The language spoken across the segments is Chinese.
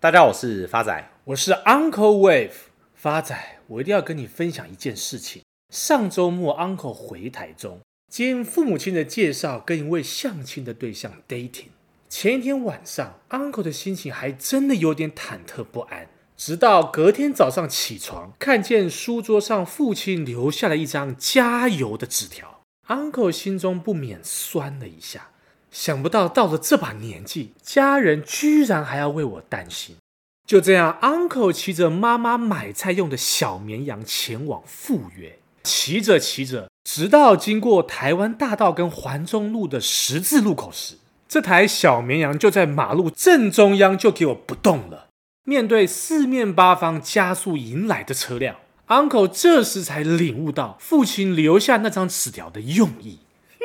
大家好，我是发仔， 我是 Uncle Wave。发仔，我一定要跟你分享一件事情。上周末 Uncle 回台中，经父母亲的介绍，跟一位相亲的对象 dating。前一天晚上 ，Uncle 的心情还真的有点忐忑不安。直到隔天早上起床，看见书桌上父亲留下了一张加油的纸条 ，Uncle 心中不免酸了一下。想不到到了这把年纪，家人居然还要为我担心。就这样 ，Uncle 骑着妈妈买菜用的小绵羊前往赴约。骑着骑着，直到经过台湾大道跟环中路的十字路口时，这台小绵羊就在马路正中央就给我不动了。面对四面八方加速迎来的车辆 ，Uncle 这时才领悟到父亲留下那张纸条的用意。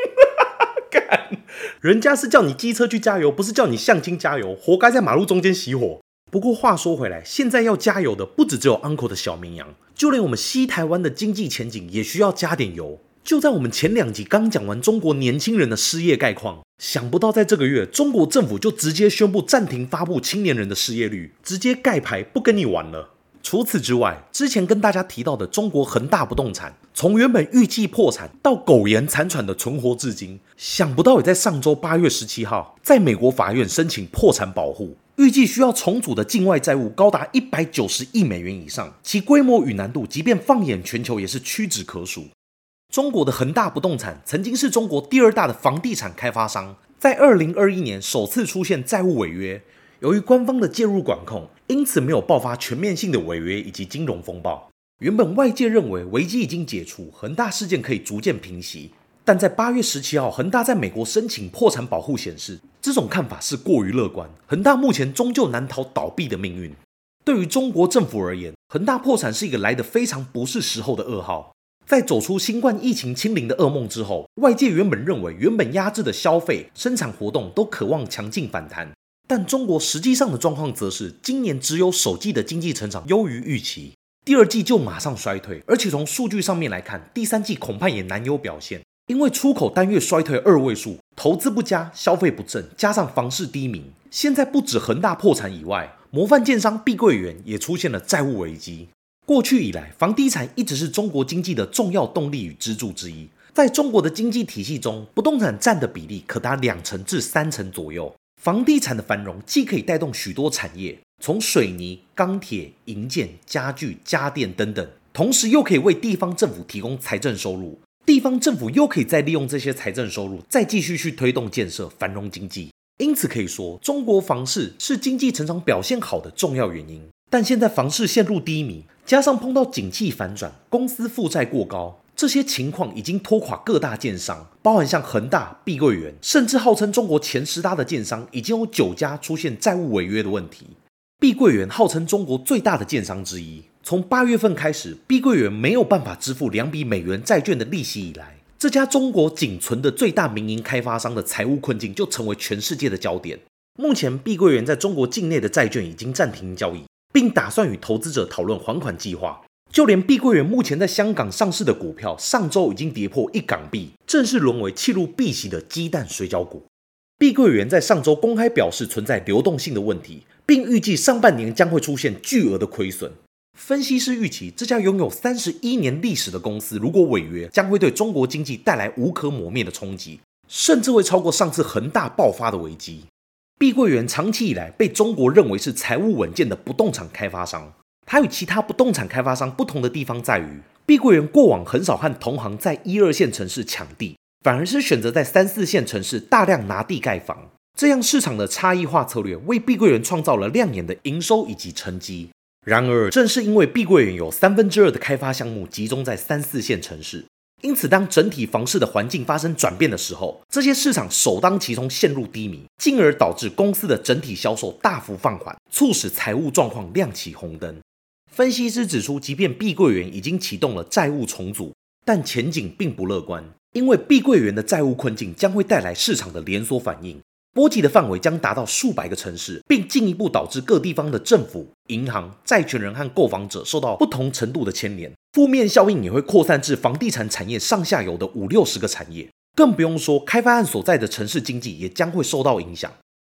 人家是叫你机车去加油，不是叫你相亲加油，活该在马路中间熄火。不过话说回来，现在要加油的不只有 Uncle 的小绵羊，就连我们西台湾的经济前景也需要加点油。就在我们前2集刚讲完中国年轻人的失业概况，想不到在这个月，中国政府就直接宣布暂停发布青年人的失业率，直接盖牌不跟你玩了。除此之外，之前跟大家提到的中国恒大不动产，从原本预计破产到苟延残喘的存活至今，想不到也在上周8月17号，在美国法院申请破产保护，预计需要重组的境外债务高达190亿美元以上，其规模与难度即便放眼全球也是屈指可数。中国的恒大不动产曾经是中国第2大的房地产开发商，在2021年首次出现债务违约，由于官方的介入管控，因此没有爆发全面性的违约以及金融风暴。原本外界认为危机已经解除，恒大事件可以逐渐平息，但在8月17号，恒大在美国申请破产保护显示，这种看法是过于乐观，恒大目前终究难逃倒闭的命运。对于中国政府而言，恒大破产是一个来得非常不是时候的噩耗。在走出新冠疫情清零的噩梦之后，外界原本认为原本压制的消费、生产活动都渴望强劲反弹，但中国实际上的状况则是，今年只有首季的经济成长优于预期，第2季就马上衰退，而且从数据上面来看，第3季恐怕也难有表现，因为出口单月衰退2位数，投资不佳，消费不振，加上房市低迷，现在不止恒大破产以外，模范建商碧桂园也出现了债务危机。过去以来，房地产一直是中国经济的重要动力与支柱之一。在中国的经济体系中，不动产占的比例可达2%至3%左右。房地产的繁荣既可以带动许多产业，从水泥、钢铁、营建、家具、家电等等，同时又可以为地方政府提供财政收入。地方政府又可以再利用这些财政收入，再继续去推动建设，繁荣经济。因此可以说，中国房市是经济成长表现好的重要原因。但现在房市陷入低迷，加上碰到景气反转，公司负债过高，这些情况已经拖垮各大建商，包含像恒大、碧桂园，甚至号称中国前10大的建商，已经有9家出现债务违约的问题。碧桂园号称中国最大的建商之一，从8月份开始，碧桂园没有办法支付2笔美元债券的利息以来，这家中国仅存的最大民营开发商的财务困境就成为全世界的焦点。目前碧桂园在中国境内的债券已经暂停交易，并打算与投资者讨论还款计划。就连碧桂园目前在香港上市的股票，上周已经跌破1港币，正式沦为弃入避席的鸡蛋水饺股。碧桂园在上周公开表示存在流动性的问题，并预计上半年将会出现巨额的亏损。分析师预期，这家拥有31年历史的公司如果违约，将会对中国经济带来无可磨灭的冲击，甚至会超过上次恒大爆发的危机。碧桂园长期以来被中国认为是财务稳健的不动产开发商，它与其他不动产开发商不同的地方在于，碧桂园过往很少和同行在1、2线城市抢地，反而是选择在3、4线城市大量拿地盖房，这样市场的差异化策略为碧桂园创造了亮眼的营收以及成绩。然而，正是因为碧桂园有2/3的开发项目集中在3、4线城市，因此当整体房市的环境发生转变的时候，这些市场首当其冲陷入低迷，进而导致公司的整体销售大幅放缓，促使财务状况亮起红灯。分析师指出，即便碧桂园已经启动了债务重组，但前景并不乐观，因为碧桂园的债务困境将会带来市场的连锁反应，波及的范围将达到数百个城市，并进一步导致各地方的政府、银行、债权人和购房者受到不同程度的牵连，负面效应也会扩散至房地产产业上下游的50、60个产业，更不用说开发案所在的城市经济也将会受到影响。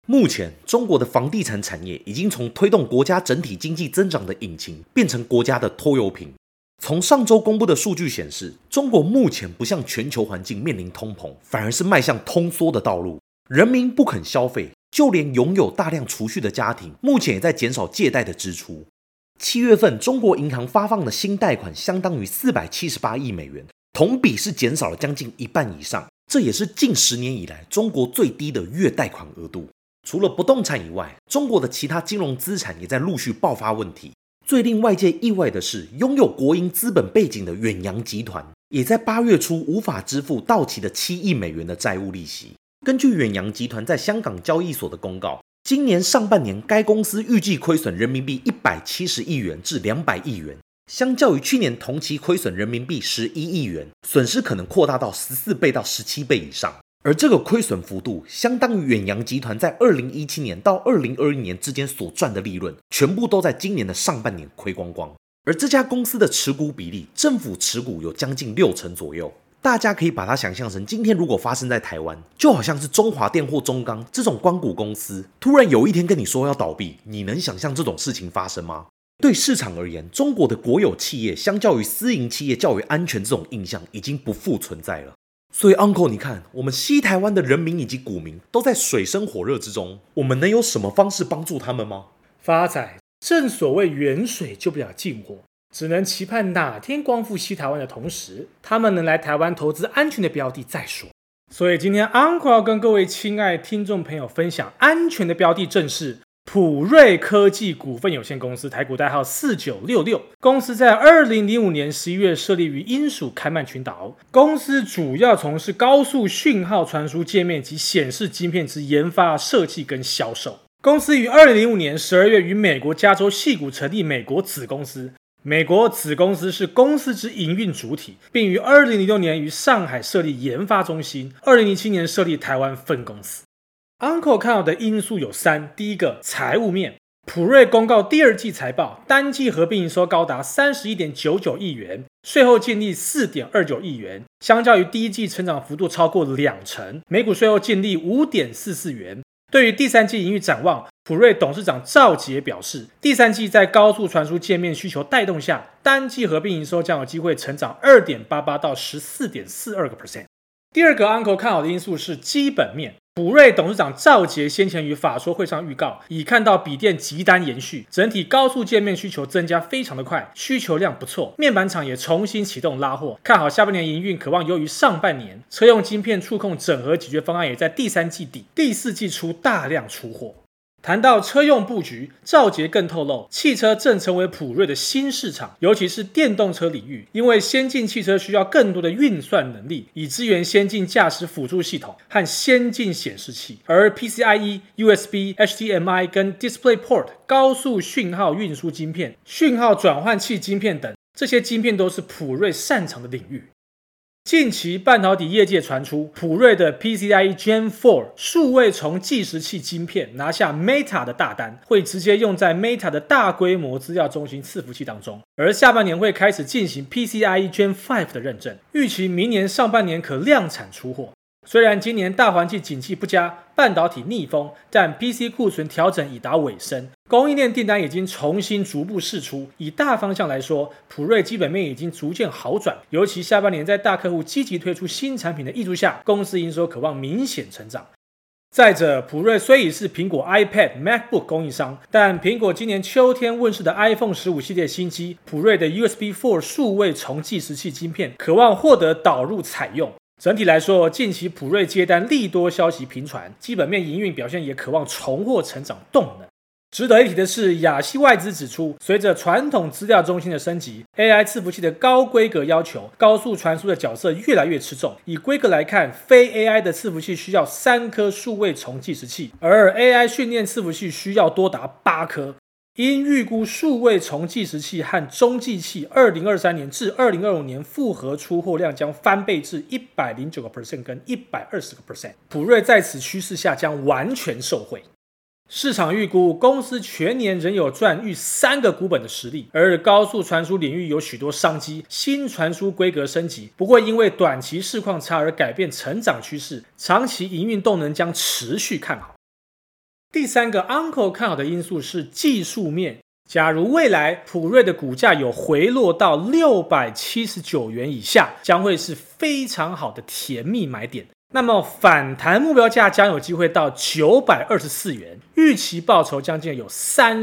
目前，中国的房地产产业已经从推动国家整体经济增长的引擎，变成国家的拖油瓶。从上周公布的数据显示，中国目前不像全球环境面临通膨，反而是迈向通缩的道路。人民不肯消费，就连拥有大量储蓄的家庭，目前也在减少借贷的支出。7月份，中国银行发放的新贷款相当于478亿美元，同比是减少了将近一半以上，这也是近10年以来中国最低的月贷款额度。除了不动产以外，中国的其他金融资产也在陆续爆发问题。最令外界意外的是，拥有国营资本背景的远洋集团，也在8月初无法支付到期的7亿美元的债务利息。根据远洋集团在香港交易所的公告，今年上半年该公司预计亏损人民币170亿元至200亿元，相较于去年同期亏损人民币11亿元，损失可能扩大到14倍到17倍以上。而这个亏损幅度相当于远洋集团在2017年到2021年之间所赚的利润，全部都在今年的上半年亏光光。而这家公司的持股比例，政府持股有将近60%左右。大家可以把它想象成，今天如果发生在台湾，就好像是中华电或中钢这种官股公司，突然有一天跟你说要倒闭，你能想象这种事情发生吗？对市场而言，中国的国有企业相较于私营企业较为安全这种印象已经不复存在了。所以 Uncle 你看，我们西台湾的人民以及股民都在水深火热之中，我们能有什么方式帮助他们吗？ 发仔，正所谓远水救不了近火，只能期盼哪天光复西台湾的同时，他们能来台湾投资安全的标的再说。所以今天 Uncle 要跟各位亲爱听众朋友分享安全的标的，正是普瑞科技股份有限公司，台股代号4966。公司在2005年11月设立于英属开曼群岛。公司主要从事高速讯号传输界面及显示晶片之研发、设计跟销售。公司于2005年12月于美国加州矽谷成立美国子公司。美国子公司是公司之营运主体，并于2006年于上海设立研发中心，2007年设立台湾分公司。Uncle 看好的因素有3，第一个，财务面。普瑞公告第2季财报，单季合并营收高达31.99亿元，税后净利4.29亿元，相较于第1季成长幅度超过2成，每股税后净利5.44元。对于第3季营运展望，普瑞董事长赵杰表示，第3季在高速传输界面需求带动下，单季合并营收将有机会成长2.88%到14.42%。第二个 Uncle 看好的因素是基本面。普瑞董事长赵杰先前于法说会上预告，已看到笔电急单延续，整体高速界面需求增加非常的快，需求量不错，面板厂也重新启动拉货，看好下半年营运可望优于上半年，车用晶片触控整合解决方案也在第3季底、第4季初大量出货。谈到车用布局，赵杰更透露，汽车正成为普瑞的新市场，尤其是电动车领域，因为先进汽车需要更多的运算能力，以支援先进驾驶辅助系统和先进显示器，而 PCIe、USB、HDMI 跟 DisplayPort 高速讯号运输晶片、讯号转换器晶片等，这些晶片都是普瑞擅长的领域。近期半导体业界传出，普瑞的 PCIe Gen 4数位从计时器晶片拿下 Meta 的大单，会直接用在 Meta 的大规模资料中心伺服器当中，而下半年会开始进行 PCIe Gen 5的认证，预期明年上半年可量产出货。虽然今年大环境景气不佳，半导体逆风，但 PC 库存调整已达尾声，供应链订单已经重新逐步释出。以大方向来说，普瑞基本面已经逐渐好转，尤其下半年在大客户积极推出新产品的挹注下，公司营收可望明显成长。再者，普瑞虽已是苹果 iPad、MacBook 供应商，但苹果今年秋天问世的 iPhone 15系列新机，普瑞的 USB 4数位从计时器晶片，可望获得导入采用。整体来说，近期普瑞接单利多消息频传，基本面营运表现也渴望重获成长动能。值得一提的是，亚细外资指出，随着传统资料中心的升级 ，AI 伺服器的高规格要求，高速传输的角色越来越吃重。以规格来看，非 AI 的伺服器需要3颗数位从计时器，而 AI 训练伺服器需要多达8颗。因预估数位从计时器和中继器2023年至2025年复合出货量将翻倍至 109% 跟 120%， 普瑞在此趋势下将完全受惠。市场预估公司全年仍有赚逾3个股本的实力，而高速传输领域有许多商机，新传输规格升级不会因为短期市况差而改变成长趋势，长期营运动能将持续看好。 第三个 Uncle 看好的因素是技术面。假如未来普瑞的股价有回落到679元以下，将会是非常好的甜蜜买点。那么反弹目标价将有机会到924元，预期报酬将近有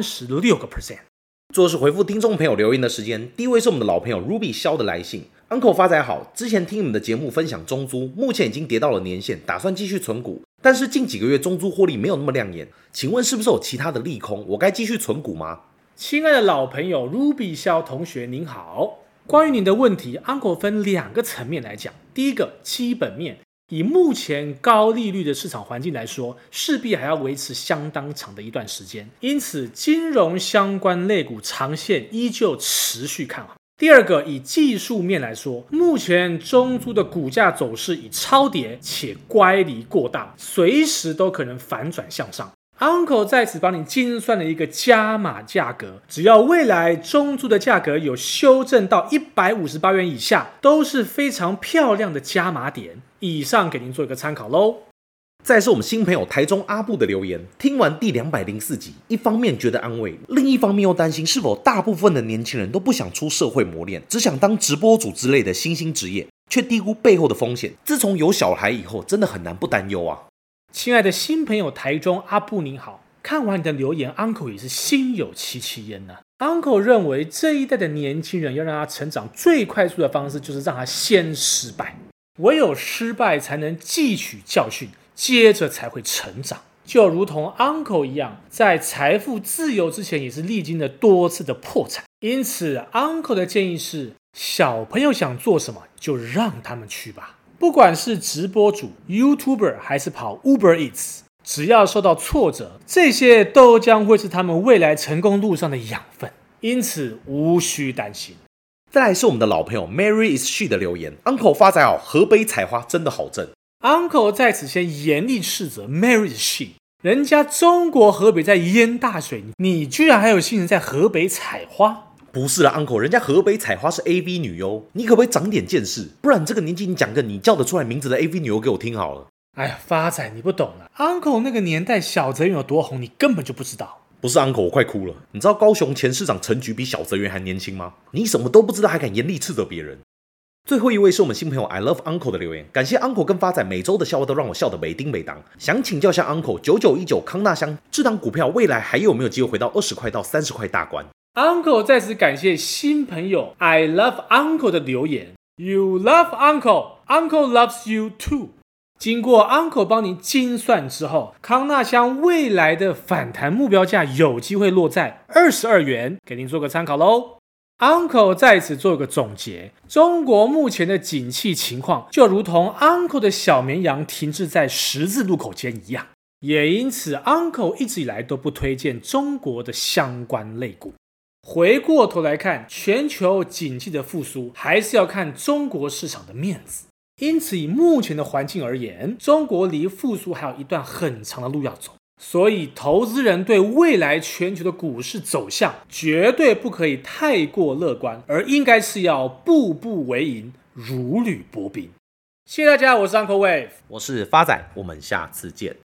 36%。 最后是回复听众朋友留言的时间，第一位是我们的老朋友 Ruby 肖的来信。Uncle 发财好，之前听你们的节目分享中租，目前已经跌到了年线，打算继续存股，但是近几个月中租获利没有那么亮眼，请问是不是有其他的利空？我该继续存股吗？ 亲爱的老朋友 Ruby 肖同学您好，关于您的问题 Uncle 分2个层面来讲。第一个基本面，以目前高利率的市场环境来说，势必还要维持相当长的一段时间，因此金融相关类股长线依旧持续看好。第二个，以技术面来说，目前中租的股价走势已超跌且乖离过大，随时都可能反转向上。Uncle 在此帮你精算了一个加码价格，只要未来中租的价格有修正到158元以下，都是非常漂亮的加码点。以上给您做一个参考咯。 再来是我们新朋友台中阿布的留言，听完第204集，一方面觉得安慰，另一方面又担心是否大部分的年轻人都不想出社会磨练，只想当直播主之类的新兴职业，却低估背后的风险。自从有小孩以后，真的很难不担忧啊。 亲爱的新朋友台中阿布您好，看完你的留言 Uncle 也是心有戚戚焉呢。Uncle 认为这一代的年轻人要让他成长最快速的方式就是让他先失败，唯有失败才能汲取教训，接着才会成长。就如同 Uncle 一样，在财富自由之前也是历经了多次的破产。因此 Uncle 的建议是，小朋友想做什么就让他们去吧，不管是直播主 YouTuber 还是跑 Uber Eats， 只要受到挫折，这些都将会是他们未来成功路上的养分，因此无需担心。 再来是我们的老朋友 Mary is she 的留言， Uncle 发财好，河北采花真的好正。 Uncle 在此先严厉斥责 Mary is she， 人家中国河北在淹大水，你居然还有心情在河北采花？ 不是啦 Uncle， 人家河北采花是 AV 女优，你可不可以长点见识？不然这个年纪你讲个你叫得出来名字的 AV 女优给我听好了。 哎呀，发仔你不懂了 ，Uncle 那个年代小泽圆有多红，你根本就不知道。 不是 Uncle， 我快哭了。你知道高雄前市长陈菊比小泽圆还年轻吗？你什么都不知道，还敢严厉斥责别人。最后一位是我们新朋友 I love Uncle 的留言，感谢 Uncle 跟发仔每周的笑话都让我笑得没丁没当。想请教一下 Uncle，9919康纳香这档股票未来还有没有机会回到20块到30块大关？ Uncle 在此感谢新朋友 I love Uncle 的留言 ，You love Uncle， Uncle loves you too。经过 Uncle 帮您精算之后，康纳香未来的反弹目标价有机会落在22元，给您做个参考咯。Uncle 在此做个总结，中国目前的景气情况就如同 Uncle 的小绵羊停滞在十字路口间一样，也因此 Uncle 一直以来都不推荐中国的相关类股。回过头来看，全球经济的复苏还是要看中国市场的面子，因此以目前的环境而言，中国离复苏还有一段很长的路要走。所以投资人对未来全球的股市走向绝对不可以太过乐观，而应该是要步步为营，如履薄冰。谢谢大家，我是 Uncle Wave， 我是发仔，我们下次见。